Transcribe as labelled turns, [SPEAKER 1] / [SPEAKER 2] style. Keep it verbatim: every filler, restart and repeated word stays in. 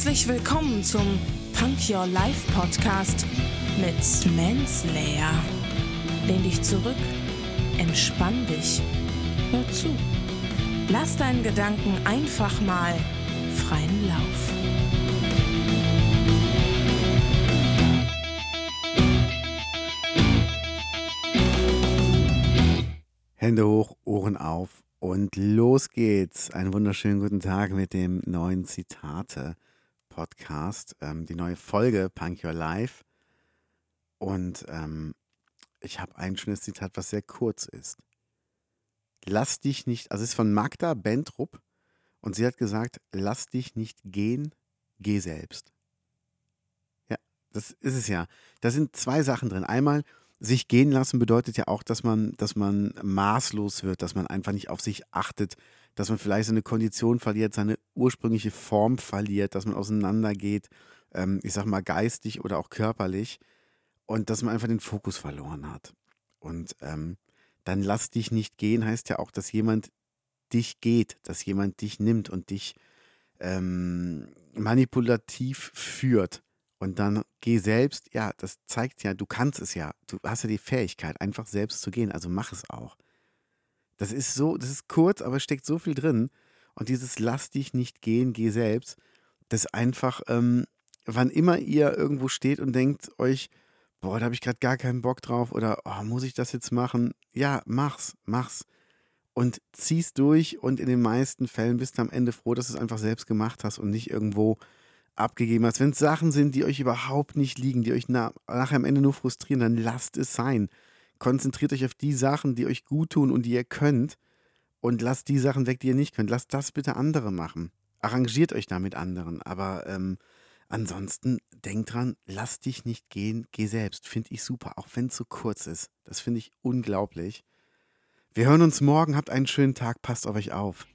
[SPEAKER 1] Herzlich willkommen zum Punk Your Life Podcast mit Manslayer. Lehn dich zurück, entspann dich, hör zu. Lass deinen Gedanken einfach mal freien Lauf.
[SPEAKER 2] Hände hoch, Ohren auf und los geht's. Einen wunderschönen guten Tag mit dem neuen Zitate-Podcast, ähm, die neue Folge Punk Your Life. Und ähm, ich habe ein schönes Zitat, was sehr kurz ist. Lass dich nicht, also es ist von Magda Bentrup und sie hat gesagt, lass dich nicht gehen, geh selbst. Ja, das ist es ja. Da sind zwei Sachen drin. Einmal, sich gehen lassen bedeutet ja auch, dass man, dass man maßlos wird, dass man einfach nicht auf sich achtet, dass man vielleicht seine Kondition verliert, seine ursprüngliche Form verliert, dass man auseinandergeht, ähm, ich sag mal geistig oder auch körperlich und dass man einfach den Fokus verloren hat. Und ähm, dann lass dich nicht gehen heißt ja auch, dass jemand dich geht, dass jemand dich nimmt und dich ähm, manipulativ führt. Und dann geh selbst, ja, das zeigt ja, du kannst es ja. Du hast ja die Fähigkeit, einfach selbst zu gehen. Also mach es auch. Das ist so, das ist kurz, aber es steckt so viel drin. Und dieses lass dich nicht gehen, geh selbst, das einfach, ähm, wann immer ihr irgendwo steht und denkt euch, boah, da habe ich gerade gar keinen Bock drauf oder oh, muss ich das jetzt machen? Ja, mach's, mach's. Und zieh's durch und in den meisten Fällen bist du am Ende froh, dass du es einfach selbst gemacht hast und nicht irgendwo abgegeben hast. Wenn es Sachen sind, die euch überhaupt nicht liegen, die euch na, nachher am Ende nur frustrieren, dann lasst es sein. Konzentriert euch auf die Sachen, die euch gut tun und die ihr könnt und lasst die Sachen weg, die ihr nicht könnt. Lasst das bitte andere machen. Arrangiert euch da mit anderen, aber ähm, ansonsten denkt dran, lass dich nicht gehen, geh selbst. Finde ich super, auch wenn es so kurz ist. Das finde ich unglaublich. Wir hören uns morgen, habt einen schönen Tag, passt auf euch auf.